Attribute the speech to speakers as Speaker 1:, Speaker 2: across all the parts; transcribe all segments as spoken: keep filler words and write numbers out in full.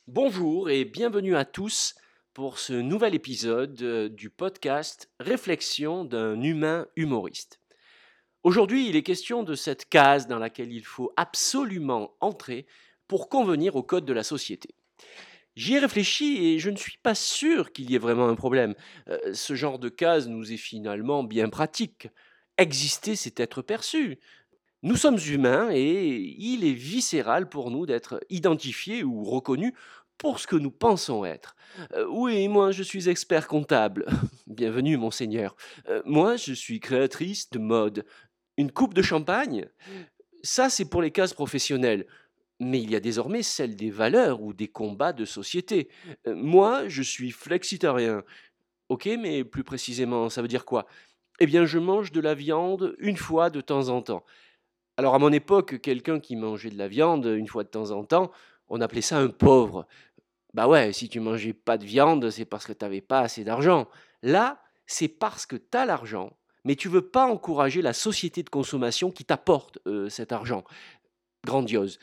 Speaker 1: Bonjour et bienvenue à tous pour ce nouvel épisode euh, du podcast Réflexion d'un humain humoriste. Aujourd'hui, il est question de cette case dans laquelle il faut absolument entrer pour convenir au code de la société. J'y ai réfléchi et je ne suis pas sûr qu'il y ait vraiment un problème. Euh, ce genre de case nous est finalement bien pratique. Exister, c'est être perçu. Nous sommes humains et il est viscéral pour nous d'être identifiés ou reconnus pour ce que nous pensons être. Euh, oui, moi je suis expert comptable. Bienvenue monseigneur. Euh, moi je suis créatrice de mode. Une coupe de champagne, ça c'est pour les cases professionnelles. Mais il y a désormais celle des valeurs ou des combats de société. Euh, moi je suis flexitarien. Ok, mais plus précisément, ça veut dire quoi? Eh bien, je mange de la viande une fois de temps en temps. Alors à mon époque, quelqu'un qui mangeait de la viande une fois de temps en temps, on appelait ça un pauvre. Bah ouais, si tu mangeais pas de viande, c'est parce que tu avais pas assez d'argent. Là, c'est parce que tu as l'argent, mais tu veux pas encourager la société de consommation qui t'apporte euh, cet argent. Grandiose.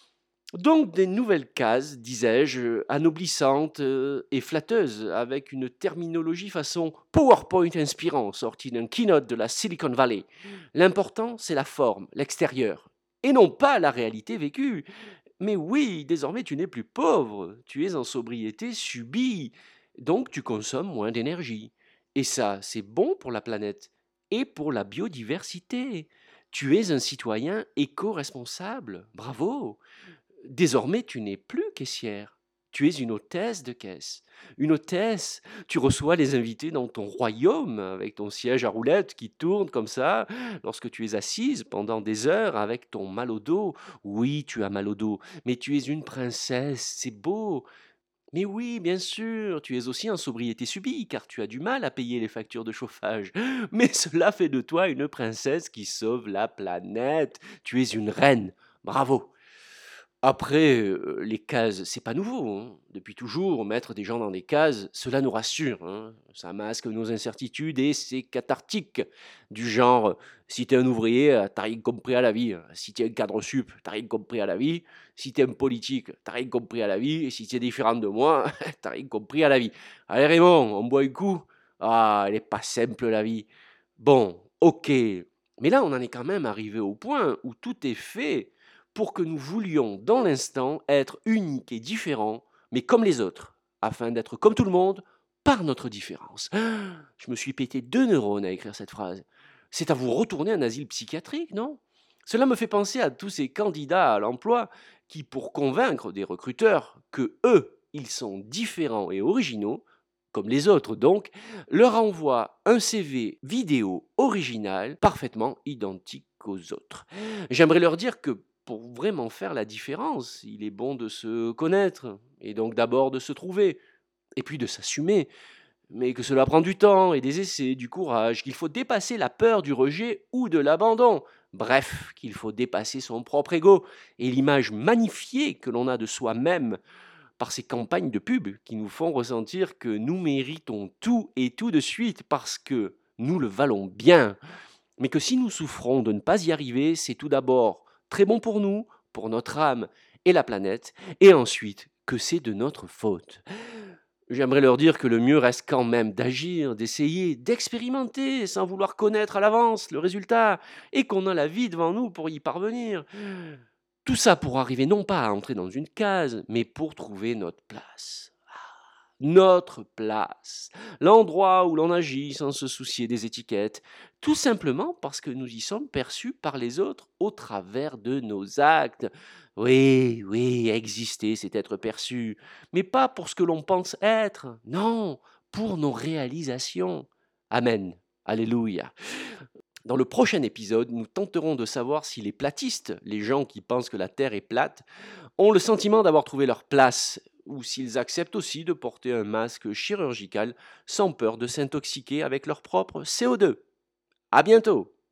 Speaker 1: Donc des nouvelles cases, disais-je, anoblissantes euh, et flatteuses, avec une terminologie façon PowerPoint inspirant, sortie d'un keynote de la Silicon Valley. L'important, c'est la forme, l'extérieur, et non pas la réalité vécue. Mais oui, désormais tu n'es plus pauvre, tu es en sobriété subie, donc tu consommes moins d'énergie. Et ça, c'est bon pour la planète et pour la biodiversité. Tu es un citoyen éco-responsable, bravo. Désormais, tu n'es plus caissière. Tu es une hôtesse de caisse. Une hôtesse, tu reçois les invités dans ton royaume avec ton siège à roulettes qui tourne comme ça lorsque tu es assise pendant des heures avec ton mal au dos. Oui, tu as mal au dos, mais tu es une princesse, c'est beau. Mais oui, bien sûr, tu es aussi en sobriété subie car tu as du mal à payer les factures de chauffage. Mais cela fait de toi une princesse qui sauve la planète. Tu es une reine. Bravo. Après, heu, les cases, c'est pas nouveau, hein. Depuis toujours, mettre des gens dans des cases, cela nous rassure, hein. Ça masque nos incertitudes et c'est cathartique. Du genre, si t'es un ouvrier, heu, tu rien compris à la vie, hein. Si t'es un cadre sup, t'as rien compris à la vie. Si t'es un politique, t'as rien compris à la vie et si tu différent de moi, t'as rien compris à la vie. Allez Raymond, on boit un coup? Ah, elle est pas simple la vie. Bon, OK, mais là, on en est quand même arrivé au point où tout est fait pour que nous voulions, dans l'instant, être uniques et différents, mais comme les autres, afin d'être comme tout le monde, par notre différence. Je me suis pété deux neurones à écrire cette phrase. C'est à vous retourner un asile psychiatrique, non? Cela me fait penser à tous ces candidats à l'emploi qui, pour convaincre des recruteurs que eux, ils sont différents et originaux, comme les autres donc, leur envoient un C V vidéo original parfaitement identique aux autres. J'aimerais leur dire que pour vraiment faire la différence, il est bon de se connaître, et donc d'abord de se trouver, et puis de s'assumer, mais que cela prend du temps et des essais, du courage, qu'il faut dépasser la peur du rejet ou de l'abandon. Bref, qu'il faut dépasser son propre ego et l'image magnifiée que l'on a de soi-même par ces campagnes de pub qui nous font ressentir que nous méritons tout et tout de suite parce que nous le valons bien, mais que si nous souffrons de ne pas y arriver, c'est tout d'abord très bon pour nous, pour notre âme et la planète, et ensuite que c'est de notre faute. J'aimerais leur dire que le mieux reste quand même d'agir, d'essayer, d'expérimenter sans vouloir connaître à l'avance le résultat, et qu'on a la vie devant nous pour y parvenir. Tout ça pour arriver non pas à entrer dans une case, mais pour trouver notre place. Notre place, l'endroit où l'on agit sans se soucier des étiquettes, tout simplement parce que nous y sommes perçus par les autres au travers de nos actes. Oui, oui, exister, c'est être perçu, mais pas pour ce que l'on pense être, non, pour nos réalisations. Amen. Alléluia. Dans le prochain épisode, nous tenterons de savoir si les platistes, les gens qui pensent que la Terre est plate, ont le sentiment d'avoir trouvé leur place, ou s'ils acceptent aussi de porter un masque chirurgical sans peur de s'intoxiquer avec leur propre C O deux. À bientôt!